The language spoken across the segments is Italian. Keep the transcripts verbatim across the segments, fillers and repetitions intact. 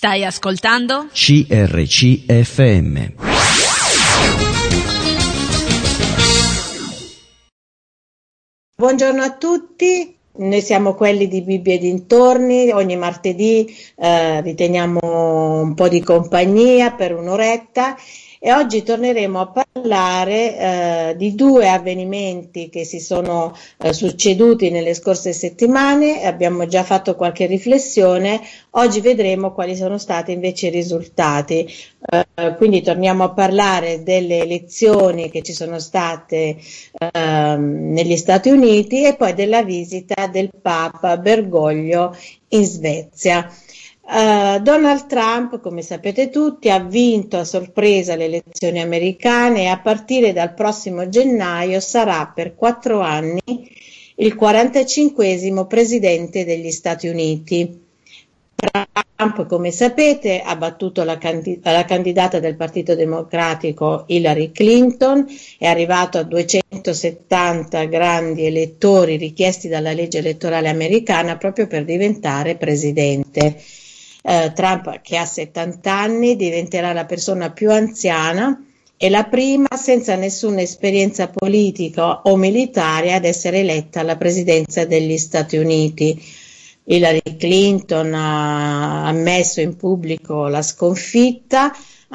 Stai ascoltando C R C F M. Buongiorno a tutti, noi siamo quelli di Bibbia e dintorni, ogni martedì eh, vi teniamo un po' di compagnia per un'oretta e oggi torneremo a parlare eh, di due avvenimenti che si sono eh, succeduti nelle scorse settimane. Abbiamo già fatto qualche riflessione, oggi vedremo quali sono stati invece i risultati. Eh, quindi torniamo a parlare delle elezioni che ci sono state eh, negli Stati Uniti e poi della visita del Papa Bergoglio in Svezia. Uh, Donald Trump, come sapete tutti, ha vinto a sorpresa le elezioni americane e a partire dal prossimo gennaio sarà per quattro anni il quarantacinquesimo presidente degli Stati Uniti. Trump, come sapete, ha battuto la, candid- la candidata del Partito Democratico Hillary Clinton, è arrivato a duecentosettanta grandi elettori richiesti dalla legge elettorale americana proprio per diventare presidente. Uh, Trump, che ha settanta anni, diventerà la persona più anziana e la prima senza nessuna esperienza politica o militare ad essere eletta alla presidenza degli Stati Uniti. Hillary Clinton ha ammesso in pubblico la sconfitta,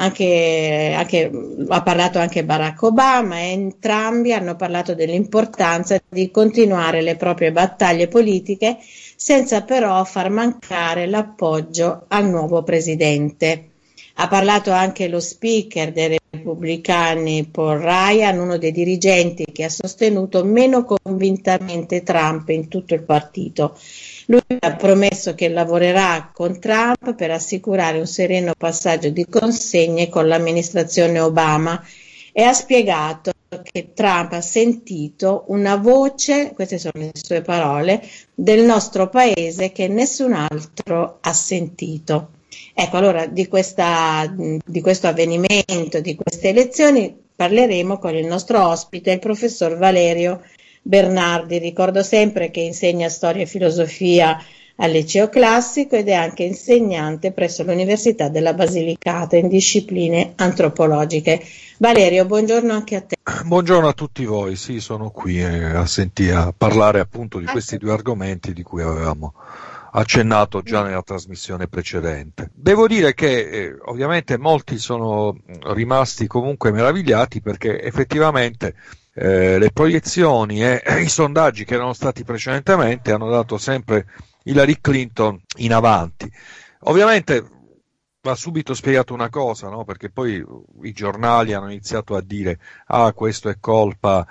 anche, anche, ha parlato anche Barack Obama e entrambi hanno parlato dell'importanza di continuare le proprie battaglie politiche senza però far mancare l'appoggio al nuovo presidente. Ha parlato anche lo speaker dei repubblicani Paul Ryan, uno dei dirigenti che ha sostenuto meno convintamente Trump in tutto il partito. Lui ha promesso che lavorerà con Trump per assicurare un sereno passaggio di consegne con l'amministrazione Obama e ha spiegato che Trump ha sentito una voce, queste sono le sue parole, del nostro paese che nessun altro ha sentito. Ecco, allora di, questa, di questo avvenimento, di queste elezioni parleremo con il nostro ospite, il professor Valerio Bernardi. Ricordo sempre che insegna storia e filosofia al liceo classico ed è anche insegnante presso l'Università della Basilicata in discipline antropologiche. Valerio, buongiorno anche a te. Buongiorno a tutti voi, sì, sono qui eh, a sentire, a parlare appunto di questi due argomenti di cui avevamo accennato già nella trasmissione precedente. Devo dire che eh, ovviamente molti sono rimasti comunque meravigliati perché effettivamente eh, le proiezioni e eh, i sondaggi che erano stati precedentemente hanno dato sempre Hillary Clinton in avanti. Ovviamente va subito spiegato una cosa, no? Perché poi i giornali hanno iniziato a dire ah, questo è colpa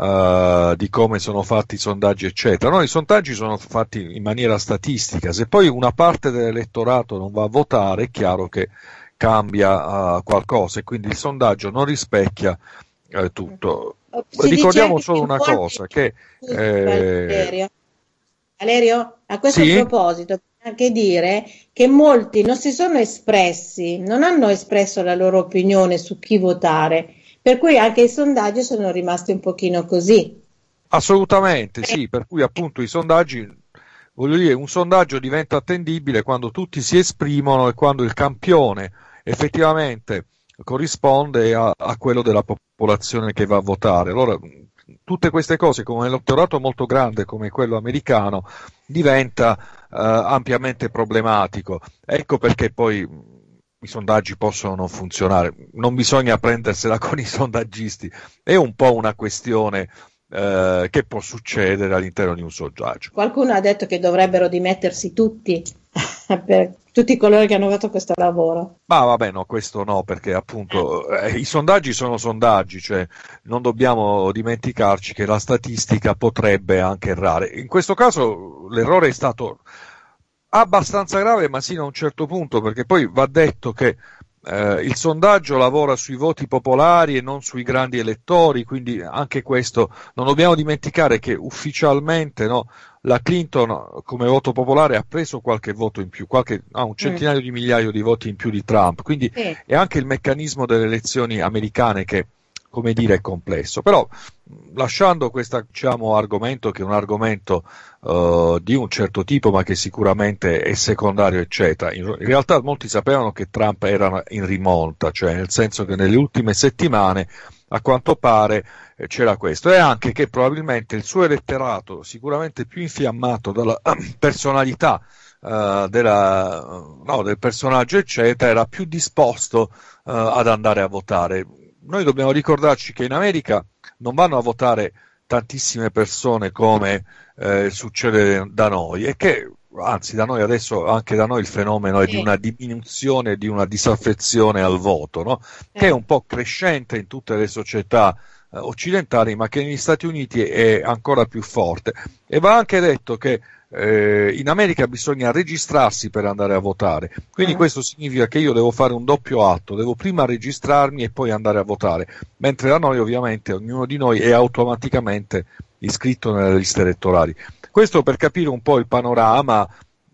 uh, di come sono fatti i sondaggi, eccetera. No, i sondaggi sono fatti in maniera statistica. Se poi una parte dell'elettorato non va a votare, è chiaro che cambia uh, qualcosa e quindi il sondaggio non rispecchia uh, tutto. Si Ricordiamo dice solo una molti... cosa, che... Scusi, eh... Valerio. Valerio, a questo sì? proposito, anche dire che molti non si sono espressi, non hanno espresso la loro opinione su chi votare, per cui anche i sondaggi sono rimasti un pochino così. Assolutamente, sì, per cui appunto i sondaggi, voglio dire, un sondaggio diventa attendibile quando tutti si esprimono e quando il campione effettivamente corrisponde a, a quello della popolazione che va a votare. Allora, tutte queste cose, come nell'elettorato molto grande come quello americano, diventa eh, ampiamente problematico. Ecco perché poi i sondaggi possono non funzionare. Non bisogna prendersela con i sondaggisti, è un po' una questione eh, che può succedere all'interno di un sondaggio. Qualcuno ha detto che dovrebbero dimettersi tutti, per tutti coloro che hanno fatto questo lavoro. Ma vabbè, no, questo no, perché appunto eh, i sondaggi sono sondaggi, cioè non dobbiamo dimenticarci che la statistica potrebbe anche errare. In questo caso l'errore è stato abbastanza grave, ma sino a un certo punto, perché poi va detto che eh, il sondaggio lavora sui voti popolari e non sui grandi elettori, quindi anche questo non dobbiamo dimenticare che ufficialmente, no, la Clinton come voto popolare ha preso qualche voto in più, qualche, ah, un centinaio mm. di migliaio di voti in più di Trump, quindi sì. È anche il meccanismo delle elezioni americane che come dire, complesso. Però, lasciando questo, diciamo, argomento, che è un argomento uh, di un certo tipo, ma che sicuramente è secondario, eccetera, in, in realtà molti sapevano che Trump era in rimonta, cioè nel senso che nelle ultime settimane, a quanto pare, eh, c'era questo, e anche che probabilmente il suo elettorato, sicuramente più infiammato dalla personalità uh, della, no, del personaggio, eccetera, era più disposto uh, ad andare a votare. Noi dobbiamo ricordarci che in America non vanno a votare tantissime persone come eh, succede da noi, e che anzi da noi adesso, anche da noi il fenomeno è di una diminuzione, di una disaffezione al voto, no? Che è un po' crescente in tutte le società eh, occidentali, ma che negli Stati Uniti è ancora più forte. E va anche detto che Eh, in America bisogna registrarsi per andare a votare, quindi uh-huh. questo significa che io devo fare un doppio atto, devo prima registrarmi e poi andare a votare, mentre da noi ovviamente ognuno di noi è automaticamente iscritto nelle liste elettorali. Questo per capire un po' il panorama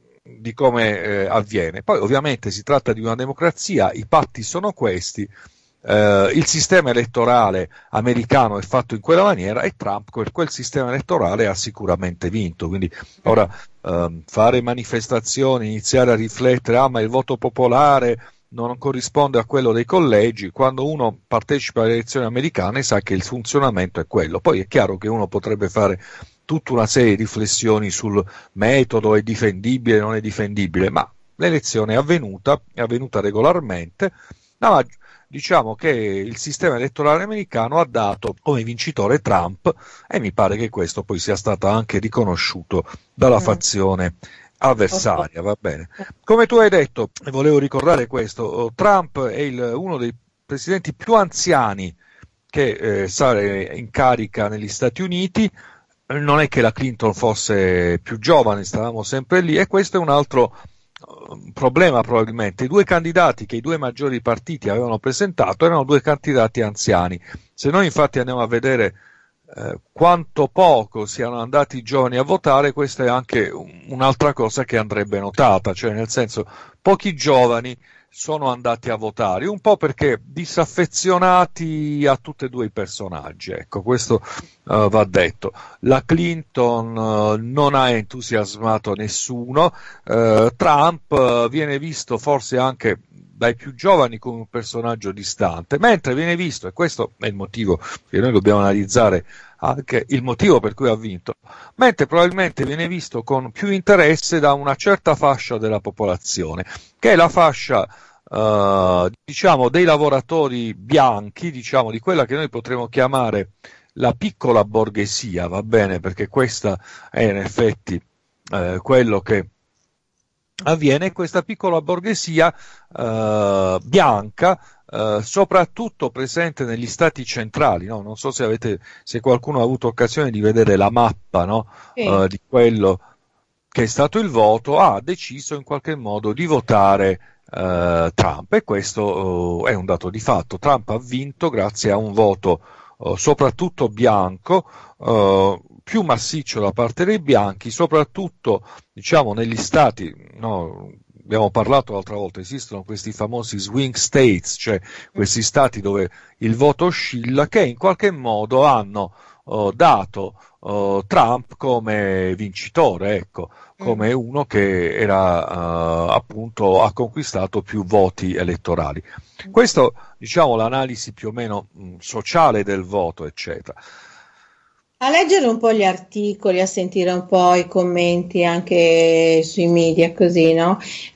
di come eh, avviene. Poi ovviamente si tratta di una democrazia, i patti sono questi. Uh, il sistema elettorale americano è fatto in quella maniera e Trump quel, quel sistema elettorale ha sicuramente vinto, quindi ora uh, fare manifestazioni, iniziare a riflettere, ah ma il voto popolare non corrisponde a quello dei collegi, quando uno partecipa alle elezioni americane sa che il funzionamento è quello. Poi è chiaro che uno potrebbe fare tutta una serie di riflessioni sul metodo, è difendibile, non è difendibile, ma l'elezione è avvenuta, è avvenuta regolarmente. No, ma diciamo che il sistema elettorale americano ha dato come vincitore Trump, e mi pare che questo poi sia stato anche riconosciuto dalla mm. fazione avversaria, va bene. Come tu hai detto, e volevo ricordare questo, Trump è il, uno dei presidenti più anziani che eh, sale in carica negli Stati Uniti. Non è che la Clinton fosse più giovane, stavamo sempre lì, e questo è un altro problema probabilmente. I due candidati che i due maggiori partiti avevano presentato erano due candidati anziani. Se noi infatti andiamo a vedere eh, quanto poco siano andati i giovani a votare, questa è anche un, un'altra cosa che andrebbe notata, cioè nel senso pochi giovani sono andati a votare, un po' perché disaffezionati a tutti e due i personaggi, ecco, questo uh, va detto. La Clinton uh, non ha entusiasmato nessuno, uh, Trump uh, viene visto forse anche dai più giovani come un personaggio distante, mentre viene visto, e questo è il motivo che noi dobbiamo analizzare, anche il motivo per cui ha vinto, mentre probabilmente viene visto con più interesse da una certa fascia della popolazione, che è la fascia uh, diciamo dei lavoratori bianchi, diciamo di quella che noi potremmo chiamare la piccola borghesia, va bene, perché questa è in effetti eh, quello che avviene. Questa piccola borghesia eh, bianca, eh, soprattutto presente negli stati centrali, no? Non so se avete, se qualcuno ha avuto occasione di vedere la mappa, no? Sì. eh, di quello che è stato il voto, ha deciso in qualche modo di votare eh, Trump, e questo eh, è un dato di fatto. Trump ha vinto grazie a un voto eh, soprattutto bianco, eh, più massiccio da parte dei bianchi, soprattutto diciamo negli stati, no, abbiamo parlato l'altra volta, esistono questi famosi swing states, cioè questi stati dove il voto oscilla, che in qualche modo hanno uh, dato uh, Trump come vincitore, ecco, come uno che era uh, appunto ha conquistato più voti elettorali. Questo, diciamo, l'analisi più o meno mh, sociale del voto, eccetera. A leggere un po' gli articoli, a sentire un po' i commenti anche sui media, così, no?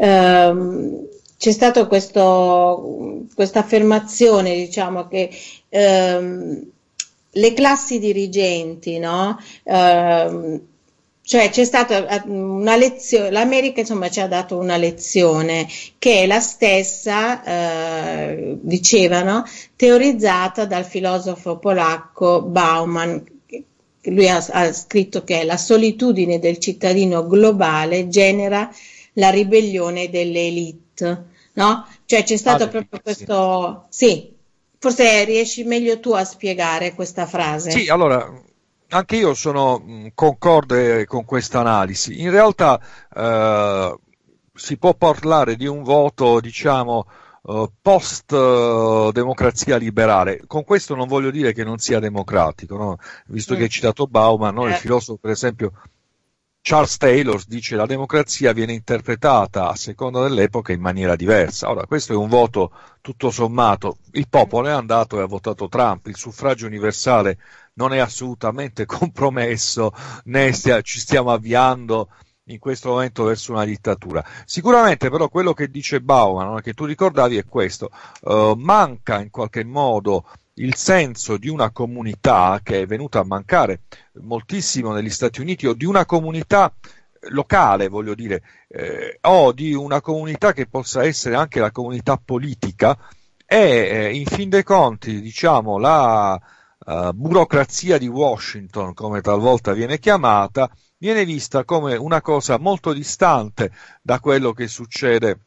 Ehm, c'è stato questo, questa affermazione, diciamo, che ehm, le classi dirigenti, no? Ehm, cioè c'è stata una lezione, l'America insomma ci ha dato una lezione che è la stessa, eh, dicevano, teorizzata dal filosofo polacco Bauman. Lui ha, ha scritto che la solitudine del cittadino globale genera la ribellione delle elite, no? Cioè c'è stato ah, proprio questo, sì, forse riesci meglio tu a spiegare questa frase. Sì, allora, anche io sono mh, concorde con questa analisi. In realtà eh, si può parlare di un voto, diciamo, uh, post-democrazia uh, liberale. Con questo non voglio dire che non sia democratico, no? Visto mm. che hai citato Bauman, no? Il filosofo per esempio Charles Taylor dice la democrazia viene interpretata a seconda dell'epoca in maniera diversa. Ora, questo è un voto tutto sommato, il popolo è andato e ha votato Trump, il suffragio universale non è assolutamente compromesso, né stia, ci stiamo avviando in questo momento verso una dittatura. Sicuramente però quello che dice Bauman, no, che tu ricordavi, è questo, uh, manca in qualche modo il senso di una comunità che è venuta a mancare moltissimo negli Stati Uniti, o di una comunità locale, voglio dire, eh, o di una comunità che possa essere anche la comunità politica, e eh, in fin dei conti, diciamo, la uh, burocrazia di Washington, come talvolta viene chiamata, viene vista come una cosa molto distante da quello che succede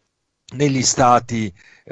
negli stati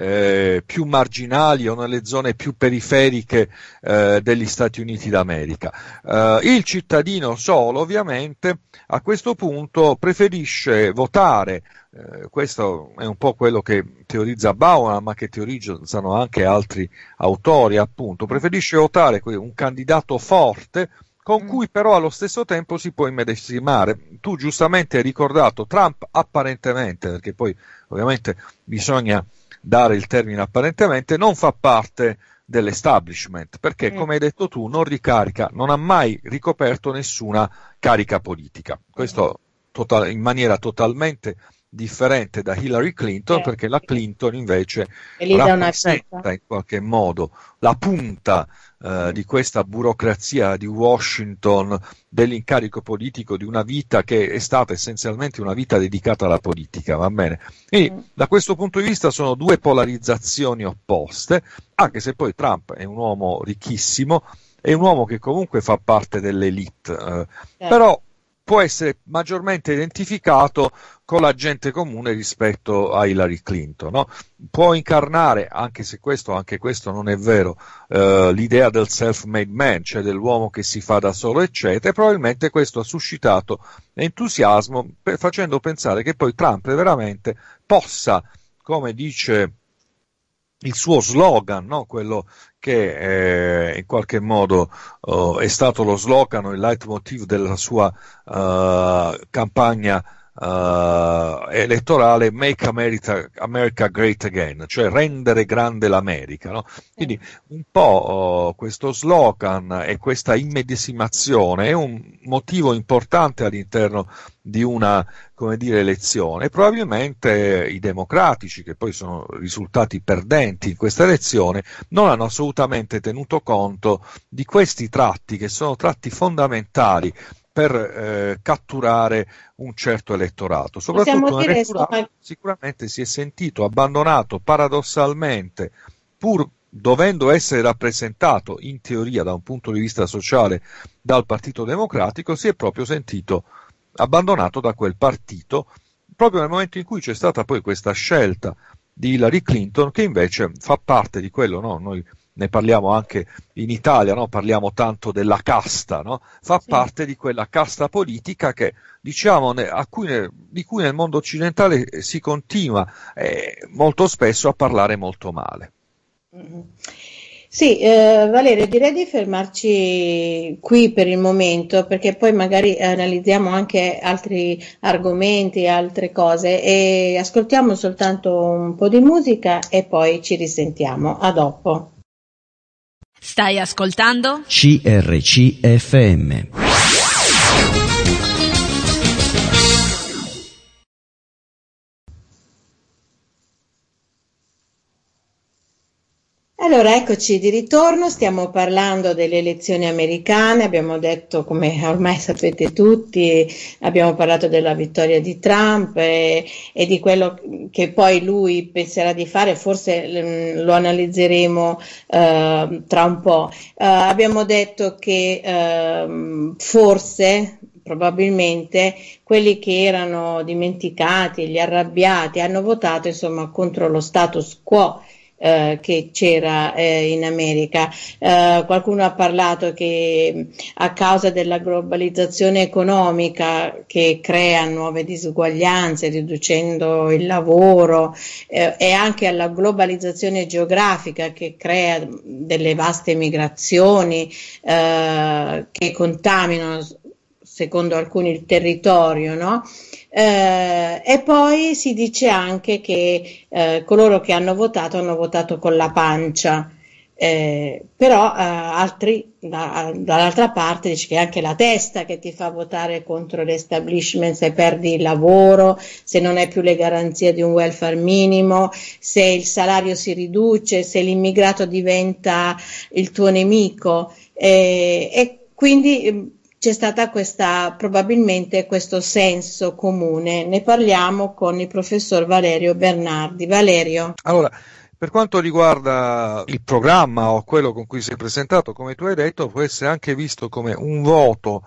eh, più marginali o nelle zone più periferiche eh, degli Stati Uniti d'America. Eh, il cittadino solo, ovviamente, a questo punto preferisce votare, eh, questo è un po' quello che teorizza Bauman, ma che teorizzano anche altri autori, appunto, preferisce votare un candidato forte, con cui però allo stesso tempo si può immedesimare. Tu giustamente hai ricordato Trump apparentemente, perché poi ovviamente bisogna dare il termine apparentemente, non fa parte dell'establishment, perché come hai detto tu non ricarica, non ha mai ricoperto nessuna carica politica. Questo total, in maniera totalmente differente da Hillary Clinton, eh, perché la Clinton invece rappresenta in qualche modo la punta eh, di questa burocrazia di Washington, dell'incarico politico, di una vita che è stata essenzialmente una vita dedicata alla politica, va bene? Quindi mm. da questo punto di vista sono due polarizzazioni opposte, anche se poi Trump è un uomo ricchissimo, è un uomo che comunque fa parte dell'elite, eh, eh. però può essere maggiormente identificato con la gente comune rispetto a Hillary Clinton, no? Può incarnare, anche se questo, anche questo non è vero, eh, l'idea del self-made man, cioè dell'uomo che si fa da solo, eccetera, e probabilmente questo ha suscitato entusiasmo, per, facendo pensare che poi Trump veramente possa, come dice il suo slogan, no? Quello che eh, in qualche modo uh, è stato lo slogan o il leitmotiv della sua uh, campagna uh, elettorale, Make America, America Great Again, cioè rendere grande l'America, no? Quindi un po' uh, questo slogan e questa immedesimazione è un motivo importante all'interno di una, come dire, elezione. Probabilmente i democratici, che poi sono risultati perdenti in questa elezione, non hanno assolutamente tenuto conto di questi tratti, che sono tratti fondamentali per eh, catturare un certo elettorato. Soprattutto un elettorato che sicuramente si è sentito abbandonato paradossalmente, pur dovendo essere rappresentato in teoria da un punto di vista sociale dal Partito Democratico, si è proprio sentito abbandonato da quel partito, proprio nel momento in cui c'è stata poi questa scelta di Hillary Clinton, che invece fa parte di quello, no? Noi ne parliamo anche in Italia, no? Parliamo tanto della casta, no? Fa sì. parte di quella casta politica che, diciamo, a cui, di cui nel mondo occidentale si continua eh, molto spesso a parlare molto male. Mm-hmm. Sì, eh, Valerio, direi di fermarci qui per il momento, perché poi magari analizziamo anche altri argomenti, altre cose, e ascoltiamo soltanto un po' di musica e poi ci risentiamo. A dopo. Stai ascoltando? C R C F M. Allora, eccoci di ritorno, stiamo parlando delle elezioni americane, abbiamo detto, come ormai sapete tutti, abbiamo parlato della vittoria di Trump e, e di quello che poi lui penserà di fare, forse lo analizzeremo eh, tra un po'. Eh, abbiamo detto che eh, forse, probabilmente, quelli che erano dimenticati, gli arrabbiati, hanno votato insomma contro lo status quo eh, che c'era eh, in America. Eh, qualcuno ha parlato che a causa della globalizzazione economica che crea nuove disuguaglianze, riducendo il lavoro, eh, e anche alla globalizzazione geografica che crea delle vaste migrazioni eh, che contaminano, secondo alcuni, il territorio, no? Eh, e poi si dice anche che eh, coloro che hanno votato hanno votato con la pancia, eh, però eh, altri da, dall'altra parte dice che è anche la testa che ti fa votare contro l'establishment, se perdi il lavoro, se non hai più le garanzie di un welfare minimo, se il salario si riduce, se l'immigrato diventa il tuo nemico, eh, e quindi c'è stata questa, probabilmente questo senso comune. Ne parliamo con il professor Valerio Bernardi. Valerio. Allora, per quanto riguarda il programma o quello con cui si è presentato, come tu hai detto, può essere anche visto come un voto,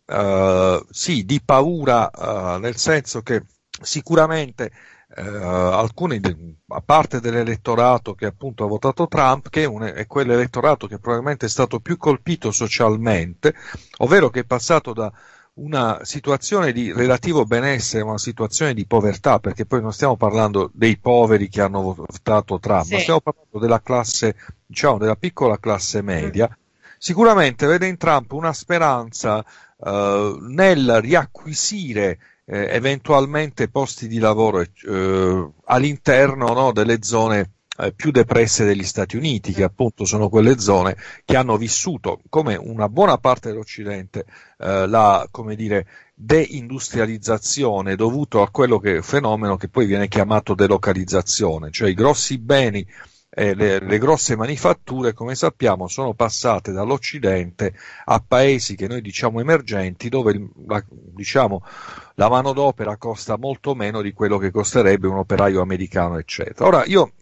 eh, sì, di paura, eh, nel senso che sicuramente eh, alcuni, a parte dell'elettorato che appunto ha votato Trump, che è, un, è quell'elettorato che probabilmente è stato più colpito socialmente, ovvero che è passato da una situazione di relativo benessere a una situazione di povertà, perché poi non stiamo parlando dei poveri che hanno votato Trump, sì, ma stiamo parlando della classe, diciamo, della piccola classe media. Mm. Sicuramente vede in Trump una speranza uh, nel riacquisire eh, eventualmente posti di lavoro eh, all'interno, no, delle zone eh, più depresse degli Stati Uniti, che appunto sono quelle zone che hanno vissuto, come una buona parte dell'Occidente, eh, la, come dire, deindustrializzazione dovuto a quello che fenomeno che poi viene chiamato delocalizzazione, cioè i grossi beni, Eh, le, le grosse manifatture, come sappiamo, sono passate dall'Occidente a paesi che noi diciamo emergenti, dove il, la, diciamo, la manodopera costa molto meno di quello che costerebbe un operaio americano, eccetera. Ora, io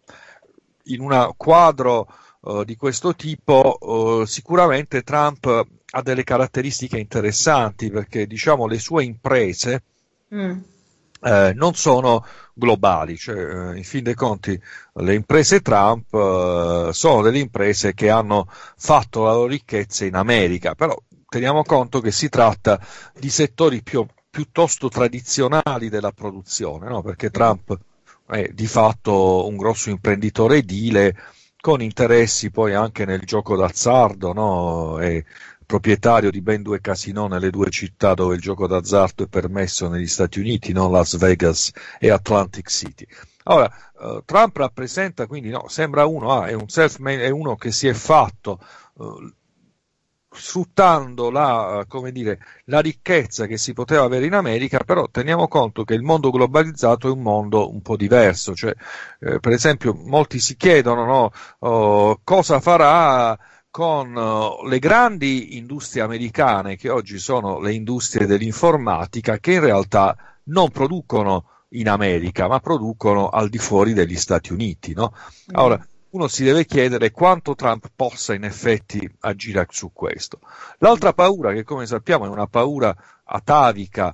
in un quadro uh, di questo tipo uh, sicuramente Trump ha delle caratteristiche interessanti, perché diciamo le sue imprese mm. Eh, non sono globali, cioè eh, in fin dei conti le imprese Trump eh, sono delle imprese che hanno fatto la loro ricchezza in America, però teniamo conto che si tratta di settori più, piuttosto tradizionali della produzione, no? Perché Trump è di fatto un grosso imprenditore edile con interessi poi anche nel gioco d'azzardo, no? E proprietario di ben due casinò nelle due città dove il gioco d'azzardo è permesso negli Stati Uniti, no? Las Vegas e Atlantic City. Ora, uh, Trump rappresenta quindi, no, sembra uno, ah, è un self-made, è uno che si è fatto uh, sfruttando la, uh, come dire, la ricchezza che si poteva avere in America, però teniamo conto che il mondo globalizzato è un mondo un po' diverso, cioè, eh, per esempio, molti si chiedono, no, uh, cosa farà con uh, le grandi industrie americane, che oggi sono le industrie dell'informatica, che in realtà non producono in America, ma producono al di fuori degli Stati Uniti, no? Allora, uno si deve chiedere quanto Trump possa in effetti agire su questo. L'altra paura, che come sappiamo è una paura atavica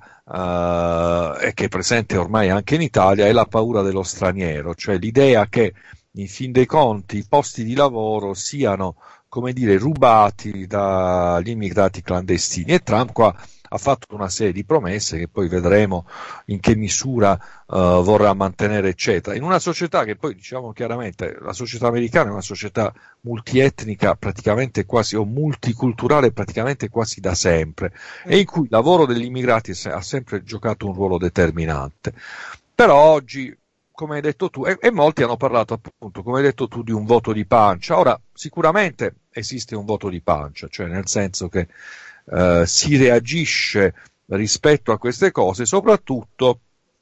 uh, e che è presente ormai anche in Italia, è la paura dello straniero, cioè l'idea che in fin dei conti i posti di lavoro siano, come dire, rubati dagli immigrati clandestini, e Trump qua ha fatto una serie di promesse che poi vedremo in che misura uh, vorrà mantenere, eccetera. In una società che poi, diciamo chiaramente, la società americana è una società multietnica praticamente quasi, o multiculturale praticamente quasi da sempre, mm. e in cui il lavoro degli immigrati ha sempre giocato un ruolo determinante. Però oggi, come hai detto tu, e, e molti hanno parlato appunto, come hai detto tu, di un voto di pancia. Ora, sicuramente esiste un voto di pancia, cioè nel senso che Uh, si reagisce rispetto a queste cose, soprattutto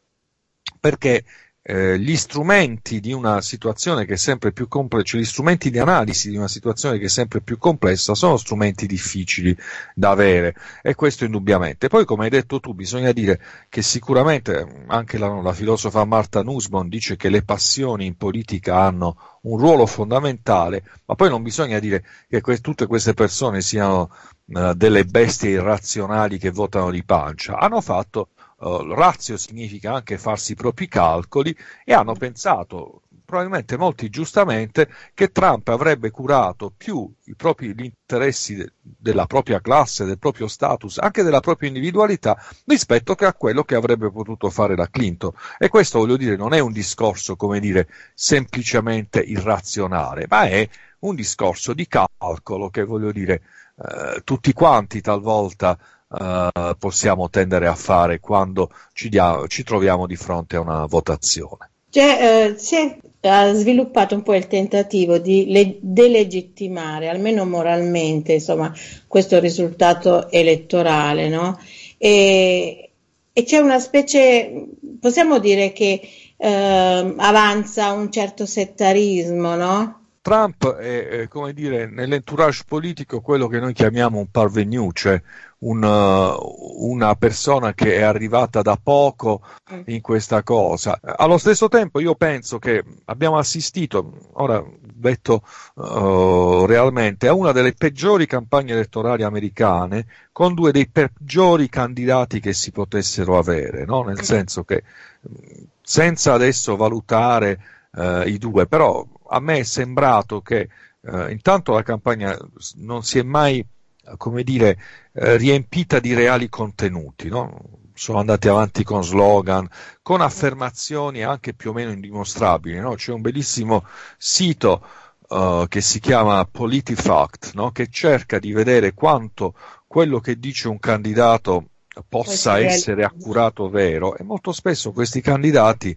perché eh, gli strumenti di una situazione che è sempre più complessa, cioè gli strumenti di analisi di una situazione che è sempre più complessa, sono strumenti difficili da avere, e questo indubbiamente. Poi, come hai detto tu, bisogna dire che sicuramente anche la, la filosofa Martha Nussbaum dice che le passioni in politica hanno un ruolo fondamentale, ma poi non bisogna dire che que- tutte queste persone siano uh, delle bestie irrazionali che votano di pancia. Hanno fatto, uh, ratio significa anche farsi i propri calcoli, e hanno pensato probabilmente molti giustamente, che Trump avrebbe curato più i propri gli interessi de, della propria classe, del proprio status, anche della propria individualità, rispetto che a quello che avrebbe potuto fare la Clinton. E questo, voglio dire, non è un discorso, come dire, semplicemente irrazionale, ma è un discorso di calcolo che, voglio dire, eh, tutti quanti talvolta Uh, possiamo tendere a fare quando ci, dia- ci troviamo di fronte a una votazione. Cioè, eh, si è ha sviluppato un po' il tentativo di le- delegittimare, almeno moralmente, insomma, questo risultato elettorale, no? E, e c'è una specie, possiamo dire che eh, avanza un certo settarismo, no? Trump è, è, come dire, nell'entourage politico quello che noi chiamiamo un parvenu, cioè un, uh, una persona che è arrivata da poco in questa cosa. Allo stesso tempo io penso che abbiamo assistito, ora detto uh, realmente, a una delle peggiori campagne elettorali americane, con due dei peggiori candidati che si potessero avere, no? Nel senso che, senza adesso valutare uh, i due, però a me è sembrato che eh, intanto la campagna non si è mai, come dire, eh, riempita di reali contenuti, no? Sono andati avanti con slogan, con affermazioni anche più o meno indimostrabili, no? C'è un bellissimo sito uh, che si chiama PolitiFact, no? Che cerca di vedere quanto quello che dice un candidato possa essere accurato o vero, e molto spesso questi candidati,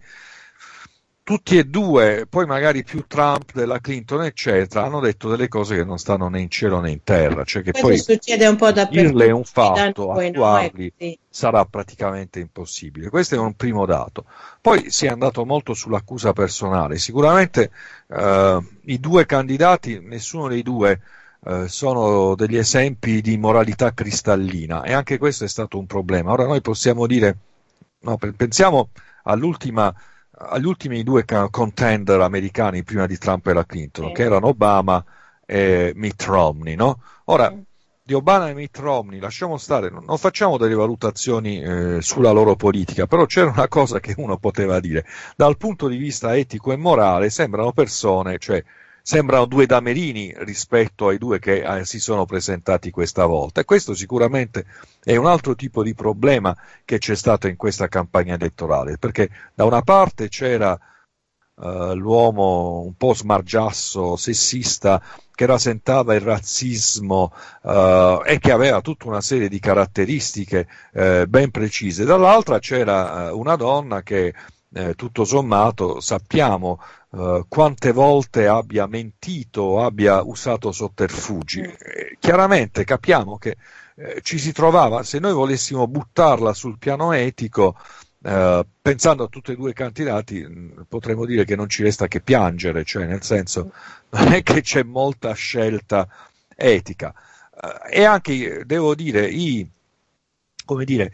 tutti e due, poi magari più Trump della Clinton, eccetera, hanno detto delle cose che non stanno né in cielo né in terra, cioè che Questo poi succede un po' dappertutto, dirle un fatto, noi, attuarli, no? Sì. sarà praticamente impossibile. Questo è un primo dato. Poi si è andato molto sull'accusa personale. Sicuramente eh, i due candidati, nessuno dei due eh, sono degli esempi di moralità cristallina, e anche questo è stato un problema. Ora noi possiamo dire, no, pensiamo all'ultima agli ultimi due contender americani prima di Trump e la Clinton, Sì. che erano Obama e Mitt Romney, no? Ora, sì. Di Obama e Mitt Romney lasciamo stare, non facciamo delle valutazioni eh, sulla loro politica, però c'era una cosa che uno poteva dire: dal punto di vista etico e morale sembrano persone, cioè sembrano due damerini rispetto ai due che eh, si sono presentati questa volta, e questo sicuramente è un altro tipo di problema che c'è stato in questa campagna elettorale, perché da una parte c'era uh, l'uomo un po' smargiasso, sessista, che rasentava il razzismo uh, e che aveva tutta una serie di caratteristiche uh, ben precise, dall'altra c'era uh, una donna che eh, tutto sommato sappiamo Uh, quante volte abbia mentito o abbia usato sotterfugi. Eh, chiaramente capiamo che eh, ci si trovava, se noi volessimo buttarla sul piano etico, eh, pensando a tutti e due i candidati, mh, potremmo dire che non ci resta che piangere, cioè nel senso non è che c'è molta scelta etica. Uh, e anche, devo dire, i, come dire,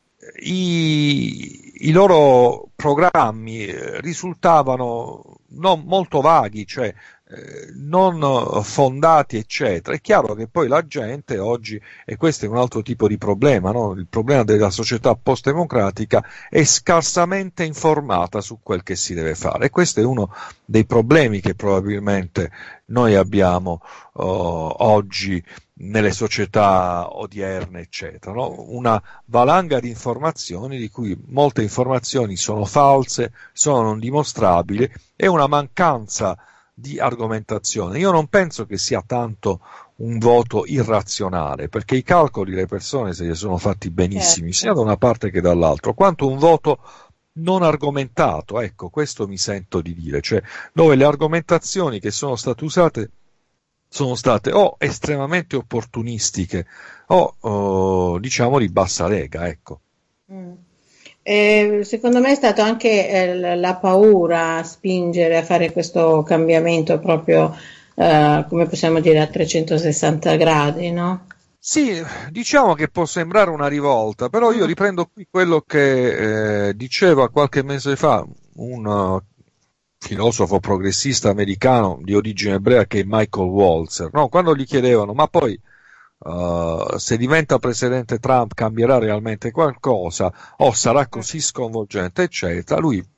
I, i loro programmi risultavano non molto vaghi, cioè eh, non fondati, eccetera. È chiaro che poi la gente oggi, e questo è un altro tipo di problema, no? Il problema della società post-democratica, è scarsamente informata su quel che si deve fare, e questo è uno dei problemi che probabilmente noi abbiamo uh, oggi nelle società odierne, eccetera, no? Una valanga di informazioni, di cui molte informazioni sono false, sono non dimostrabili, e una mancanza di argomentazione. Io non penso che sia tanto un voto irrazionale, perché i calcoli le persone se li sono fatti benissimi, sia da una parte che dall'altra, quanto un voto non argomentato, ecco, questo mi sento di dire, cioè dove le argomentazioni che sono state usate sono state o estremamente opportunistiche o, o diciamo di bassa lega, ecco. Mm. Eh, secondo me è stato anche eh, la paura a spingere a fare questo cambiamento proprio, eh, come possiamo dire, a trecentosessanta gradi, no? Sì, diciamo che può sembrare una rivolta, però io riprendo qui quello che eh, diceva qualche mese fa un uh, filosofo progressista americano di origine ebrea, che è Michael Walzer, no? Quando gli chiedevano: ma poi uh, se diventa presidente Trump cambierà realmente qualcosa o sarà così sconvolgente, eccetera, lui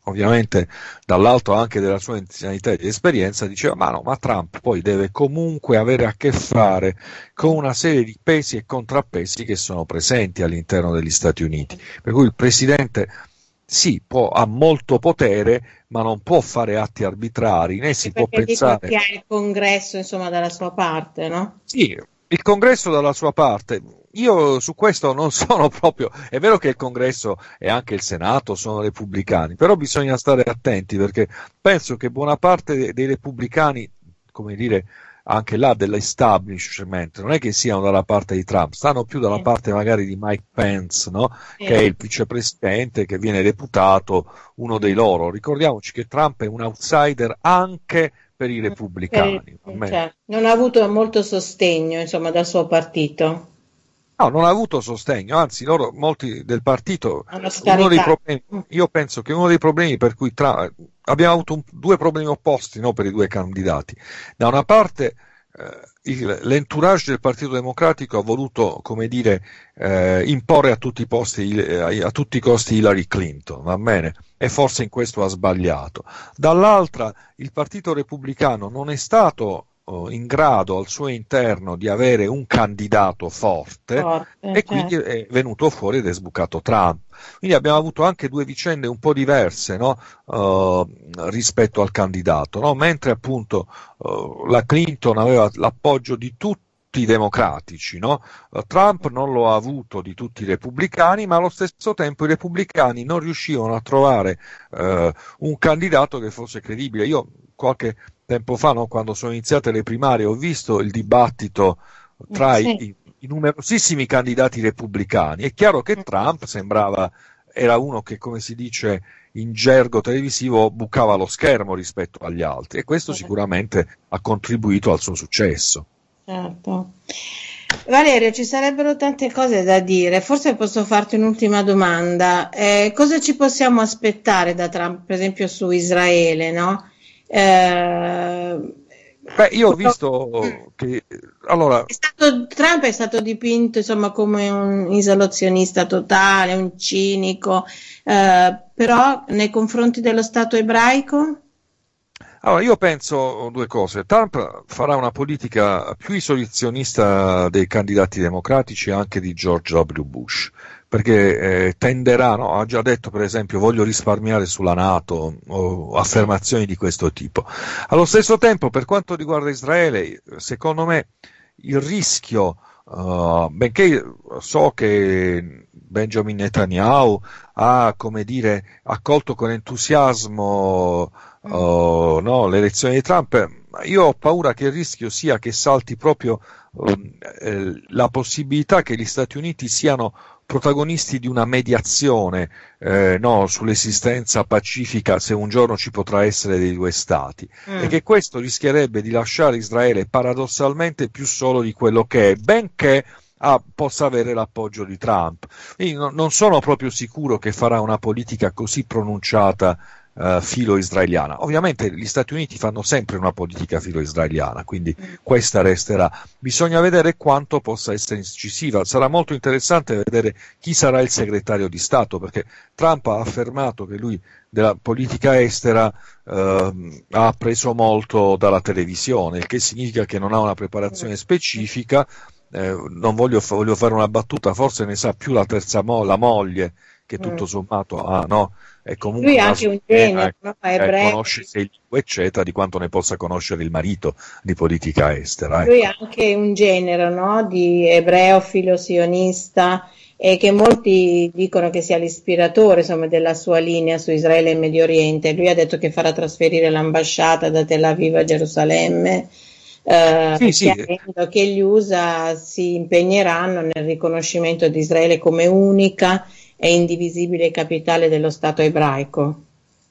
ovviamente dall'alto anche della sua anzianità e di esperienza, diceva ma no, ma Trump poi deve comunque avere a che fare con una serie di pesi e contrappesi che sono presenti all'interno degli Stati Uniti, per cui il presidente sì, può, ha molto potere, ma non può fare atti arbitrari, né si può pensare... Perché ha il congresso, insomma, dalla sua parte, no? Sì, il congresso dalla sua parte. Io su questo non sono proprio... È vero che il congresso e anche il senato sono repubblicani, però bisogna stare attenti perché penso che buona parte dei, dei repubblicani, come dire, anche là dell'establishment, non è che siano dalla parte di Trump, stanno più dalla parte magari di Mike Pence, no? Che è il vicepresidente che viene reputato uno dei loro. Ricordiamoci che Trump è un outsider anche per i repubblicani. Eh, cioè, non ha avuto molto sostegno, insomma, dal suo partito. No, non ha avuto sostegno, anzi loro, molti del partito, uno dei problemi, io penso che uno dei problemi per cui Trump, abbiamo avuto un, due problemi opposti, no, per i due candidati. Da una parte eh, il, l'entourage del Partito Democratico ha voluto, come dire, eh, imporre a tutti i posti, eh, a tutti i costi Hillary Clinton, va bene? E forse in questo ha sbagliato. Dall'altra il Partito Repubblicano non è stato in grado al suo interno di avere un candidato forte, forte e certo. Quindi è venuto fuori ed è sbucato Trump. Quindi abbiamo avuto anche due vicende un po' diverse, no? uh, rispetto al candidato, no? Mentre appunto uh, la Clinton aveva l'appoggio di tutti i democratici, no? uh, Trump non lo ha avuto di tutti i repubblicani, ma allo stesso tempo i repubblicani non riuscivano a trovare uh, un candidato che fosse credibile. Io qualche tempo fa, no, quando sono iniziate le primarie, ho visto il dibattito tra sì. i, i numerosissimi candidati repubblicani. È chiaro che Trump sembrava, era uno che, come si dice in gergo televisivo, bucava lo schermo rispetto agli altri, e questo sicuramente ha contribuito al suo successo. Certo. Valerio, ci sarebbero tante cose da dire, forse posso farti un'ultima domanda. Eh, cosa ci possiamo aspettare da Trump, per esempio su Israele, no? Eh, Beh, io ho visto che allora è stato, Trump è stato dipinto insomma come un isolazionista totale, un cinico, eh, però nei confronti dello Stato ebraico? Allora, io penso due cose. Trump farà una politica più isolazionista dei candidati democratici e anche di George W. Bush, perché eh, tenderà, no? Ha già detto per esempio voglio risparmiare sulla NATO o affermazioni di questo tipo. Allo stesso tempo, per quanto riguarda Israele, secondo me il rischio, uh, benché so che Benjamin Netanyahu ha, come dire, accolto con entusiasmo uh, no, l'elezione di Trump, io ho paura che il rischio sia che salti proprio uh, eh, la possibilità che gli Stati Uniti siano protagonisti di una mediazione eh, no, sull'esistenza pacifica, se un giorno ci potrà essere, dei due stati, mm. e che questo rischierebbe di lasciare Israele paradossalmente più solo di quello che è, benché ah, possa avere l'appoggio di Trump. Io no, non sono proprio sicuro che farà una politica così pronunciata Uh, filo-israeliana. Ovviamente gli Stati Uniti fanno sempre una politica filo-israeliana, quindi questa resterà. Bisogna vedere quanto possa essere incisiva. Sarà molto interessante vedere chi sarà il segretario di Stato, perché Trump ha affermato che lui della politica estera uh, ha appreso molto dalla televisione, il che significa che non ha una preparazione specifica. Eh, non voglio, voglio fare una battuta, forse ne sa più la terza mo- la moglie, che tutto sommato ha, no? È comunque lui è anche un genio, no? eh, conosce sei lingue eccetera, di quanto ne possa conoscere il marito di politica estera. Lui ecco. è anche un genero, no? Di ebreo filo-sionista, e che molti dicono che sia l'ispiratore, insomma, della sua linea su Israele e Medio Oriente. Lui ha detto che farà trasferire l'ambasciata da Tel Aviv a Gerusalemme, eh, sì, sì. che gli U S A si impegneranno nel riconoscimento di Israele come unica e indivisibile capitale dello Stato ebraico.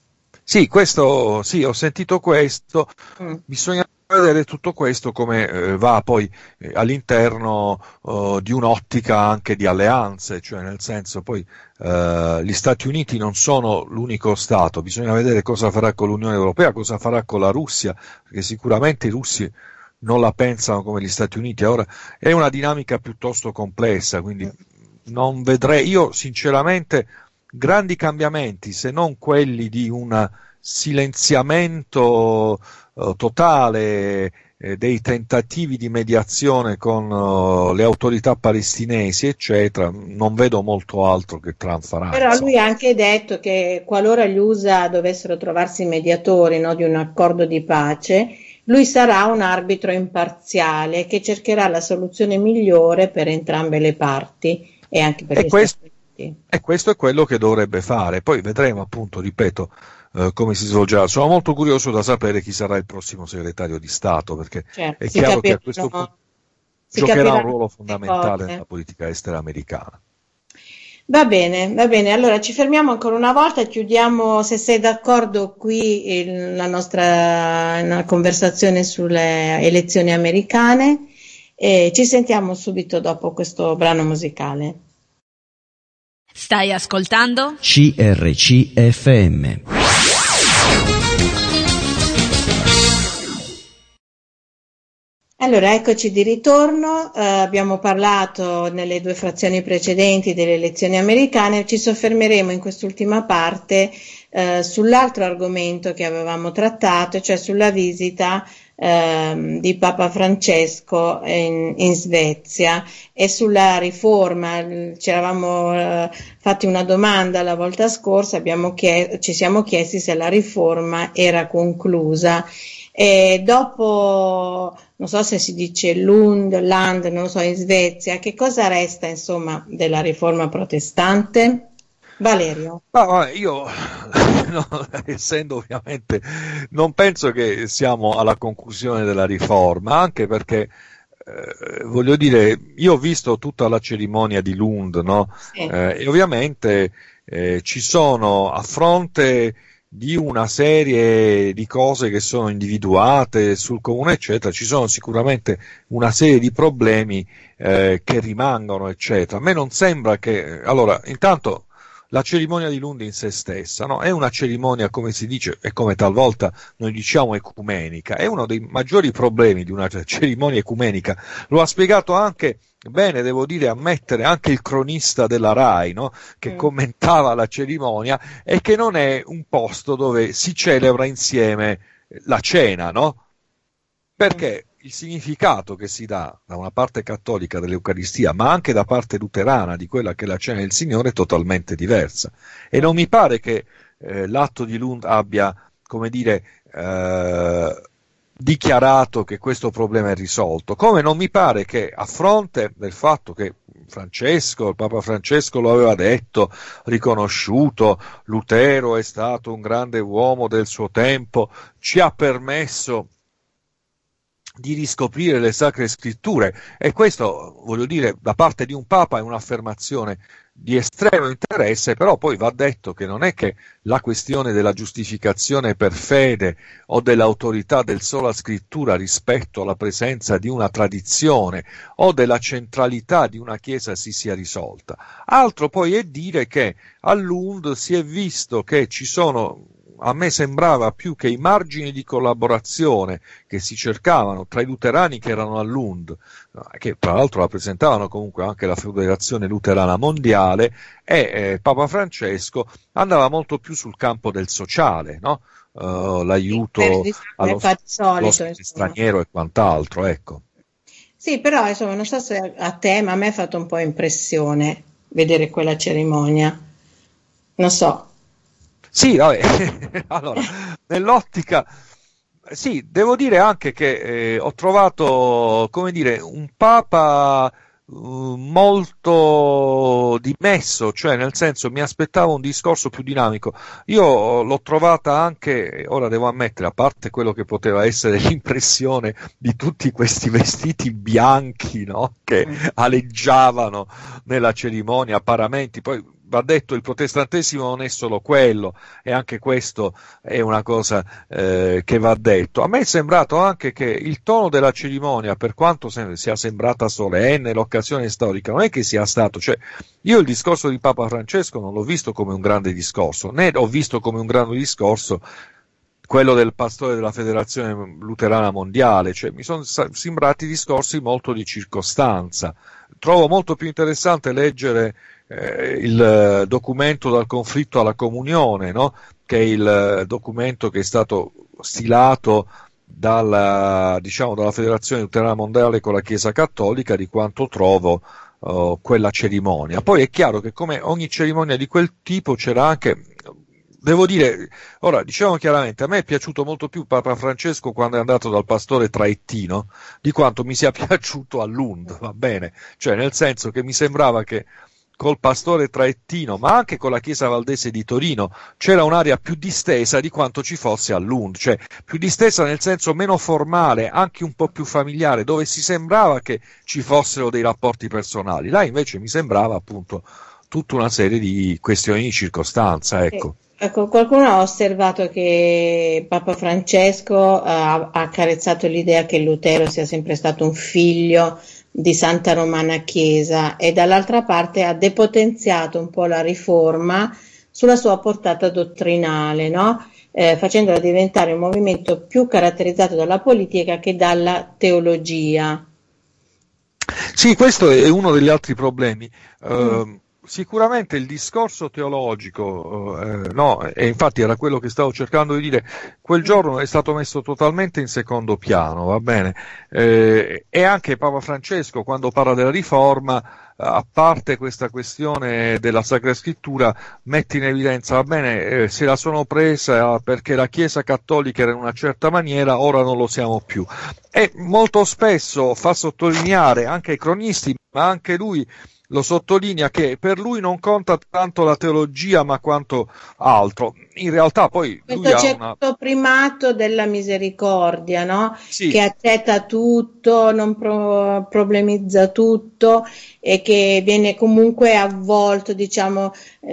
Sì, questo, sì, ho sentito questo. Mm. Bisogna vedere tutto questo come eh, va poi eh, all'interno uh, di un'ottica anche di alleanze, cioè nel senso poi uh, gli Stati Uniti non sono l'unico Stato, bisogna vedere cosa farà con l'Unione Europea, cosa farà con la Russia, perché sicuramente i russi non la pensano come gli Stati Uniti. Ora è una dinamica piuttosto complessa, quindi non vedrei, io sinceramente grandi cambiamenti, se non quelli di un silenziamento eh, totale eh, dei tentativi di mediazione con uh, le autorità palestinesi, eccetera, non vedo molto altro che Trump farà. Però insomma. lui ha anche detto che qualora gli U S A dovessero trovarsi mediatori, no, di un accordo di pace, lui sarà un arbitro imparziale che cercherà la soluzione migliore per entrambe le parti e anche per E gli questo, Stati Uniti. e questo è quello che dovrebbe fare. Poi vedremo, appunto, ripeto, eh, come si svolgerà. Sono molto curioso da sapere chi sarà il prossimo segretario di Stato, perché Certo, è si chiaro che a capiranno- questo punto si giocherà un capiranno ruolo le fondamentale cose. nella politica estera americana. Va bene, va bene. Allora ci fermiamo ancora una volta e chiudiamo, se sei d'accordo, qui il- la nostra la conversazione sulle elezioni americane e ci sentiamo subito dopo questo brano musicale. Stai ascoltando? C R C F M. Allora, eccoci di ritorno, eh, abbiamo parlato nelle due frazioni precedenti delle elezioni americane, ci soffermeremo in quest'ultima parte eh, sull'altro argomento che avevamo trattato, cioè sulla visita ehm, di Papa Francesco in, in Svezia e sulla riforma. Ci eravamo eh, fatti una domanda la volta scorsa, abbiamo chie- ci siamo chiesti se la riforma era conclusa. E dopo, non so se si dice Lund, Land, non lo so, in Svezia, che cosa resta insomma della riforma protestante? Valerio. Ma io, no, essendo ovviamente, non penso che siamo alla conclusione della riforma, anche perché, eh, voglio dire, io ho visto tutta la cerimonia di Lund, no? Sì. Eh, e ovviamente eh, ci sono, a fronte di una serie di cose che sono individuate sul comune, eccetera, ci sono sicuramente una serie di problemi eh, che rimangono, eccetera. A me non sembra che, allora, intanto, la cerimonia di Lund in se stessa, no? È una cerimonia, come si dice, e come talvolta noi diciamo ecumenica, è uno dei maggiori problemi di una cerimonia ecumenica, lo ha spiegato anche bene, devo dire, ammettere anche il cronista della RAI, no? Che Mm. commentava la cerimonia, e che non è un posto dove si celebra insieme la cena, no? Perché il significato che si dà da una parte cattolica dell'Eucaristia, ma anche da parte luterana di quella che è la cena del Signore, è totalmente diversa. E non mi pare che eh, l'atto di Lund abbia, come dire, eh, dichiarato che questo problema è risolto, come non mi pare che, a fronte del fatto che Francesco, il Papa Francesco lo aveva detto, riconosciuto, Lutero è stato un grande uomo del suo tempo, ci ha permesso di riscoprire le sacre scritture, e questo, voglio dire, da parte di un Papa è un'affermazione di estremo interesse, però poi va detto che non è che la questione della giustificazione per fede o dell'autorità del sola scrittura rispetto alla presenza di una tradizione o della centralità di una Chiesa si sia risolta. Altro poi è dire che a Lund si è visto che ci sono, a me sembrava più che i margini di collaborazione che si cercavano tra i luterani che erano a Lund, che tra l'altro rappresentavano comunque anche la Federazione Luterana Mondiale, e eh, Papa Francesco andava molto più sul campo del sociale, no? Uh, l'aiuto Sì, allo solito, straniero e quant'altro, ecco. Sì, però insomma, non so se a te, ma a me ha fatto un po' impressione vedere quella cerimonia. Non so. Sì, vabbè, allora, nell'ottica, sì, devo dire anche che eh, ho trovato, come dire, un Papa uh, molto dimesso, cioè nel senso mi aspettavo un discorso più dinamico. Io l'ho trovata anche, ora devo ammettere, a parte quello che poteva essere l'impressione di tutti questi vestiti bianchi, no? Che aleggiavano nella cerimonia, paramenti, poi va detto, il protestantesimo non è solo quello, e anche questo è una cosa eh, che va detto. A me è sembrato anche che il tono della cerimonia, per quanto sia sembrata solenne, l'occasione storica, non è che sia stato, cioè, io il discorso di Papa Francesco non l'ho visto come un grande discorso, né ho visto come un grande discorso quello del pastore della Federazione Luterana Mondiale, cioè mi sono sembrati discorsi molto di circostanza. Trovo molto più interessante leggere eh, il documento dal conflitto alla comunione, no? Che è il documento che è stato stilato dalla, diciamo, dalla Federazione Luterana Mondiale con la Chiesa Cattolica, di quanto trovo uh, quella cerimonia. Poi è chiaro che come ogni cerimonia di quel tipo c'era anche, devo dire, ora diciamo chiaramente, a me è piaciuto molto più Papa Francesco quando è andato dal pastore traettino di quanto mi sia piaciuto a Lund, va bene? Cioè nel senso che mi sembrava che col pastore traettino, ma anche con la chiesa valdese di Torino, c'era un'area più distesa di quanto ci fosse a Lund, cioè più distesa nel senso meno formale, anche un po' più familiare, dove si sembrava che ci fossero dei rapporti personali. Là invece mi sembrava appunto tutta una serie di questioni di circostanza, ecco. Sì. Ecco, qualcuno ha osservato che Papa Francesco eh, ha accarezzato l'idea che Lutero sia sempre stato un figlio di Santa Romana Chiesa e dall'altra parte ha depotenziato un po' la riforma sulla sua portata dottrinale, no? eh, facendola diventare un movimento più caratterizzato dalla politica che dalla teologia. Sì, questo è uno degli altri problemi. Uh, mm. Sicuramente il discorso teologico, eh, no, e infatti era quello che stavo cercando di dire, quel giorno è stato messo totalmente in secondo piano, va bene? Eh, e anche Papa Francesco, quando parla della riforma, a parte questa questione della Sacra Scrittura, mette in evidenza, va bene, eh, se la sono presa perché la Chiesa Cattolica era in una certa maniera, ora non lo siamo più. E molto spesso fa sottolineare anche ai cronisti, ma anche lui lo sottolinea, che per lui non conta tanto la teologia ma quanto altro. In realtà poi questo lui ha c'è una... questo primato della misericordia, no? Sì. Che accetta tutto, non pro- problemizza tutto e che viene comunque avvolto, diciamo,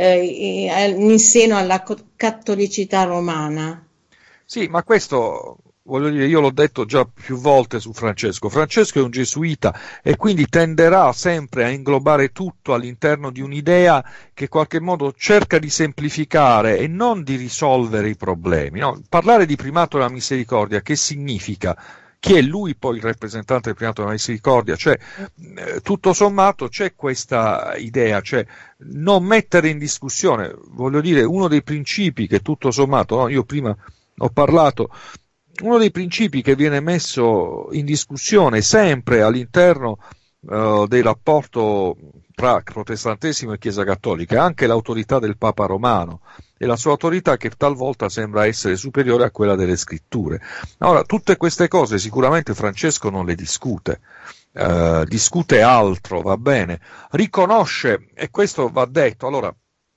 eh, in seno alla cattolicità romana. Sì, ma questo, voglio dire, io l'ho detto già più volte su Francesco. Francesco è un gesuita e quindi tenderà sempre a inglobare tutto all'interno di un'idea che in qualche modo cerca di semplificare e non di risolvere i problemi, no? Parlare di primato della misericordia, che significa? Chi è lui poi il rappresentante del primato della misericordia? Cioè, eh, tutto sommato c'è questa idea, cioè non mettere in discussione, voglio dire, uno dei principi che tutto sommato, no? Io prima ho parlato, uno dei principi che viene messo in discussione sempre all'interno uh, del rapporto tra protestantesimo e Chiesa Cattolica è anche l'autorità del Papa Romano e la sua autorità, che talvolta sembra essere superiore a quella delle scritture. Ora, tutte queste cose sicuramente Francesco non le discute, uh, discute altro, va bene, riconosce, e questo va detto. Allora,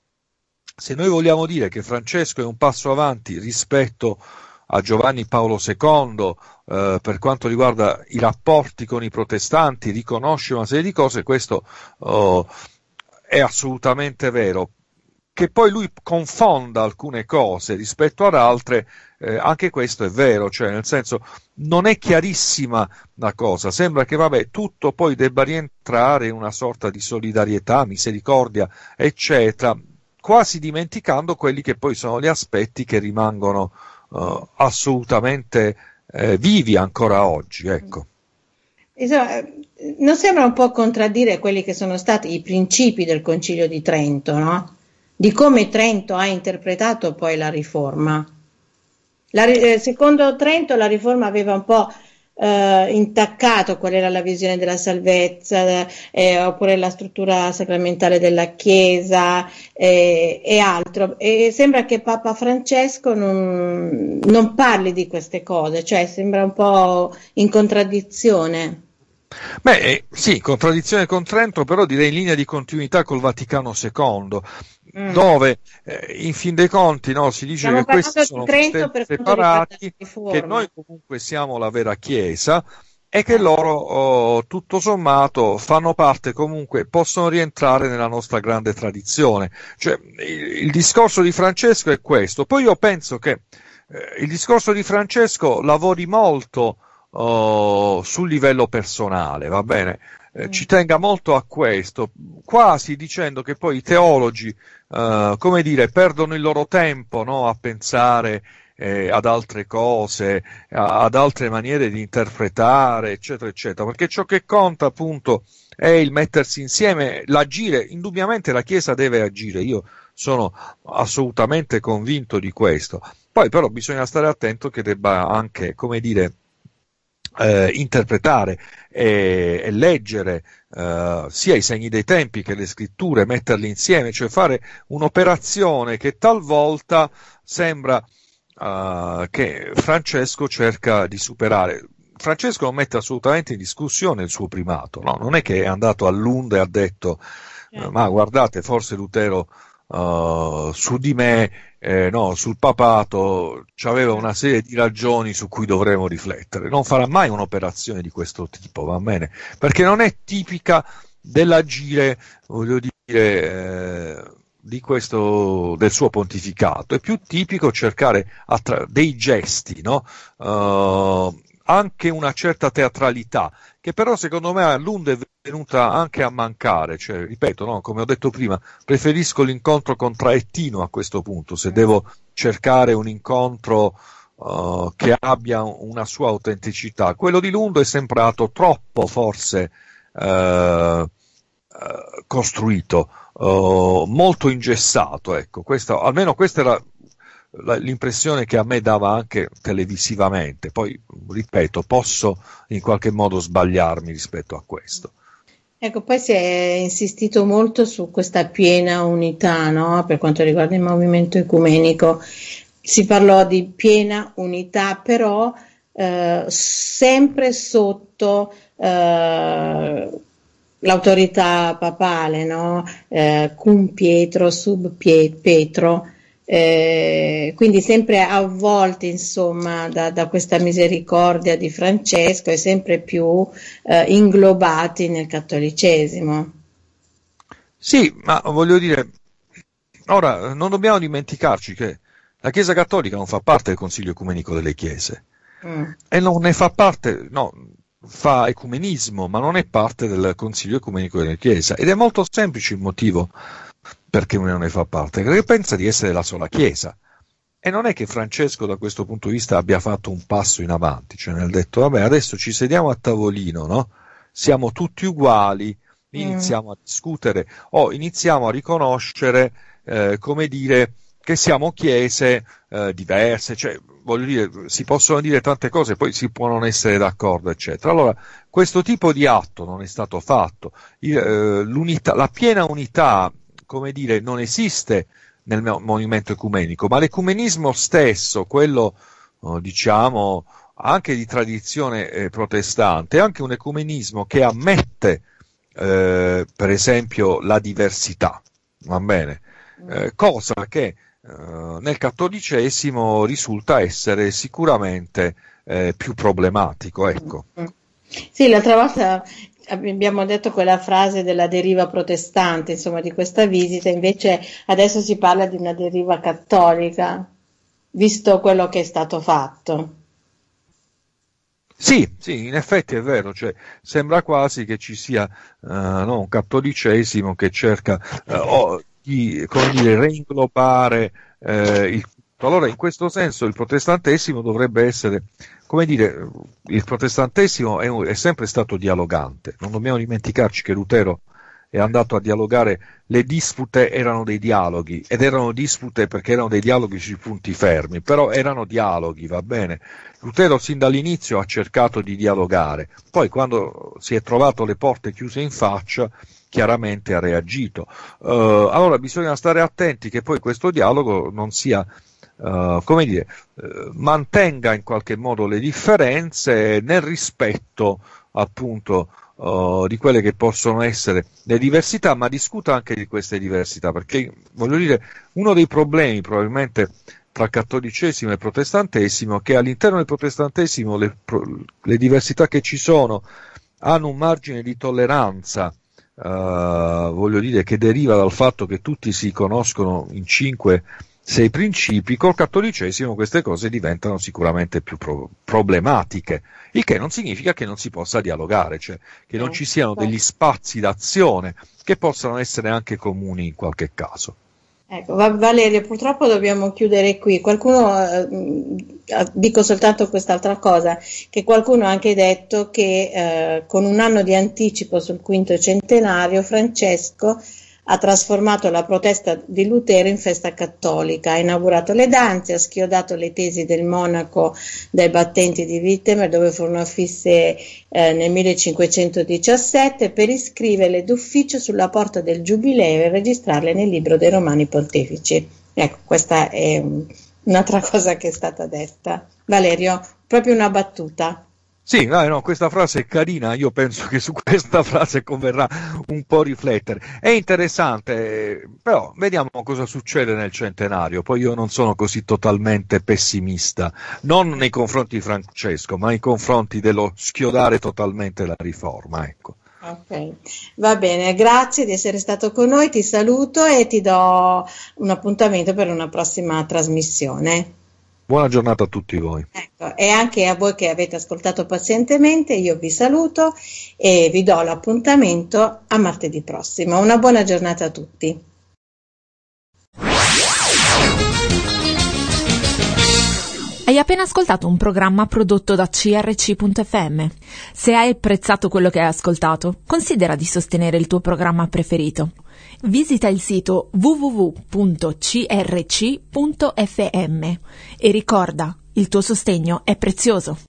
se noi vogliamo dire che Francesco è un passo avanti rispetto a Giovanni Paolo secondo eh, per quanto riguarda i rapporti con i protestanti, riconosce una serie di cose, questo oh, è assolutamente vero. Che poi lui confonda alcune cose rispetto ad altre, eh, anche questo è vero, cioè nel senso non è chiarissima la cosa, sembra che vabbè tutto poi debba rientrare in una sorta di solidarietà, misericordia, eccetera, quasi dimenticando quelli che poi sono gli aspetti che rimangono uh, assolutamente eh, vivi ancora oggi, ecco. Insomma, non sembra un po' contraddire quelli che sono stati i principi del Concilio di Trento, no? Di come Trento ha interpretato poi la riforma. La, eh, secondo Trento la riforma aveva un po' Uh, intaccato qual era la visione della salvezza, eh, oppure la struttura sacramentale della Chiesa eh, e altro, e sembra che Papa Francesco non, non parli di queste cose, cioè sembra un po' in contraddizione. Beh, eh, sì, contraddizione con Trento, però direi in linea di continuità col Vaticano secondo, mm. dove eh, in fin dei conti, no, si dice Stiamo che questi sono Trento per separati, che noi comunque siamo la vera Chiesa e che loro oh, tutto sommato fanno parte, comunque possono rientrare nella nostra grande tradizione. Cioè, il, il discorso di Francesco è questo. Poi io penso che eh, il discorso di Francesco lavori molto Uh, sul livello personale, va bene, eh, mm. ci tenga molto a questo, quasi dicendo che poi i teologi, uh, come dire, perdono il loro tempo, no, a pensare eh, ad altre cose, a, ad altre maniere di interpretare, eccetera, eccetera, perché ciò che conta appunto è il mettersi insieme, l'agire. Indubbiamente la Chiesa deve agire, io sono assolutamente convinto di questo. Poi però bisogna stare attento che debba anche, come dire, eh, interpretare e, e leggere eh, sia i segni dei tempi che le scritture, metterli insieme, cioè fare un'operazione che talvolta sembra eh, che Francesco cerca di superare. Francesco non mette assolutamente in discussione il suo primato, no? Non è che è andato a Lund e ha detto eh, ma guardate, forse Lutero uh, su di me, eh, no, sul papato c'aveva una serie di ragioni su cui dovremo riflettere. Non farà mai un'operazione di questo tipo, va bene? Perché non è tipica dell'agire, voglio dire, eh, di questo, del suo pontificato. È più tipico cercare attra- dei gesti, no? Uh, anche una certa teatralità, che però secondo me a Lund è venuta anche a mancare, cioè, ripeto, no, come ho detto prima, preferisco l'incontro con Traettino a questo punto, se devo cercare un incontro uh, che abbia una sua autenticità. Quello di Lund è sembrato troppo, forse, uh, uh, costruito, uh, molto ingessato, ecco, questo, almeno questa era l'impressione che a me dava anche televisivamente. Poi, ripeto, posso in qualche modo sbagliarmi rispetto a questo. Ecco, poi si è insistito molto su questa piena unità, no? Per quanto riguarda il movimento ecumenico. Si parlò di piena unità, però eh, sempre sotto eh, l'autorità papale, no? Eh, cum Pietro, sub Pietro. Eh, quindi sempre avvolti insomma da, da questa misericordia di Francesco e sempre più eh, inglobati nel cattolicesimo. Sì, ma voglio dire, ora non dobbiamo dimenticarci che la Chiesa Cattolica non fa parte del Consiglio Ecumenico delle Chiese mm. e non ne fa parte, no, fa ecumenismo, ma non è parte del Consiglio Ecumenico delle Chiese, ed è molto semplice il motivo perché non ne fa parte, perché pensa di essere la sola Chiesa. E non è che Francesco da questo punto di vista abbia fatto un passo in avanti, cioè nel detto vabbè adesso ci sediamo a tavolino, no? Siamo tutti uguali, iniziamo mm. a discutere o iniziamo a riconoscere, eh, come dire, che siamo chiese eh, diverse, cioè voglio dire, si possono dire tante cose, poi si può non essere d'accordo, eccetera. Allora, questo tipo di atto non è stato fatto. Il, eh, l'unità, la piena unità, come dire, non esiste nel movimento ecumenico, ma l'ecumenismo stesso, quello eh, diciamo anche di tradizione eh, protestante, è anche un ecumenismo che ammette eh, per esempio la diversità, va bene? Eh, cosa che eh, nel cattolicesimo risulta essere sicuramente eh, più problematico, ecco. Sì, l'altra volta abbiamo detto quella frase della deriva protestante, insomma, di questa visita, invece adesso si parla di una deriva cattolica, visto quello che è stato fatto. Sì, sì, in effetti è vero, cioè sembra quasi che ci sia uh, no, un cattolicesimo che cerca uh, oh, di, come dire, reinglobare uh, il culto. Allora, in questo senso il protestantesimo dovrebbe essere, come dire, il protestantesimo è, un, è sempre stato dialogante, non dobbiamo dimenticarci che Lutero è andato a dialogare, le dispute erano dei dialoghi, ed erano dispute perché erano dei dialoghi sui punti fermi, però erano dialoghi, va bene. Lutero sin dall'inizio ha cercato di dialogare, poi quando si è trovato le porte chiuse in faccia, chiaramente ha reagito. Uh, allora bisogna stare attenti che poi questo dialogo non sia, uh, come dire, uh, mantenga in qualche modo le differenze nel rispetto appunto Uh, di quelle che possono essere le diversità, ma discuta anche di queste diversità, perché voglio dire, uno dei problemi probabilmente tra cattolicesimo e protestantesimo è che all'interno del protestantesimo le, le diversità che ci sono hanno un margine di tolleranza, uh, voglio dire, che deriva dal fatto che tutti si conoscono in cinque sei principi. Col cattolicesimo queste cose diventano sicuramente più pro- problematiche, il che non significa che non si possa dialogare, cioè che non ci siano degli spazi d'azione che possano essere anche comuni in qualche caso. Ecco, Valerio, purtroppo dobbiamo chiudere qui. Qualcuno, eh, dico soltanto quest'altra cosa, che qualcuno ha anche detto che eh, con un anno di anticipo sul quinto centenario Francesco ha trasformato la protesta di Lutero in festa cattolica, ha inaugurato le danze, ha schiodato le tesi del monaco dai battenti di Wittenberg, dove furono affisse eh, nel millecinquecentodiciassette, per iscriverle d'ufficio sulla porta del Giubileo e registrarle nel libro dei Romani Pontefici. Ecco, questa è un, un'altra cosa che è stata detta. Valerio, proprio una battuta. Sì, no, no, questa frase è carina, io penso che su questa frase converrà un po' riflettere. È interessante, però vediamo cosa succede nel centenario. Poi io non sono così totalmente pessimista, non nei confronti di Francesco, ma nei confronti dello schiodare totalmente la riforma, ecco. Ok, va bene, grazie di essere stato con noi, ti saluto e ti do un appuntamento per una prossima trasmissione. Buona giornata a tutti voi. Ecco, e anche a voi che avete ascoltato pazientemente, io vi saluto e vi do l'appuntamento a martedì prossimo. Una buona giornata a tutti. Hai appena ascoltato un programma prodotto da C R C punto F M. Se hai apprezzato quello che hai ascoltato, considera di sostenere il tuo programma preferito. Visita il sito w w w punto c r c punto f m e ricorda, il tuo sostegno è prezioso.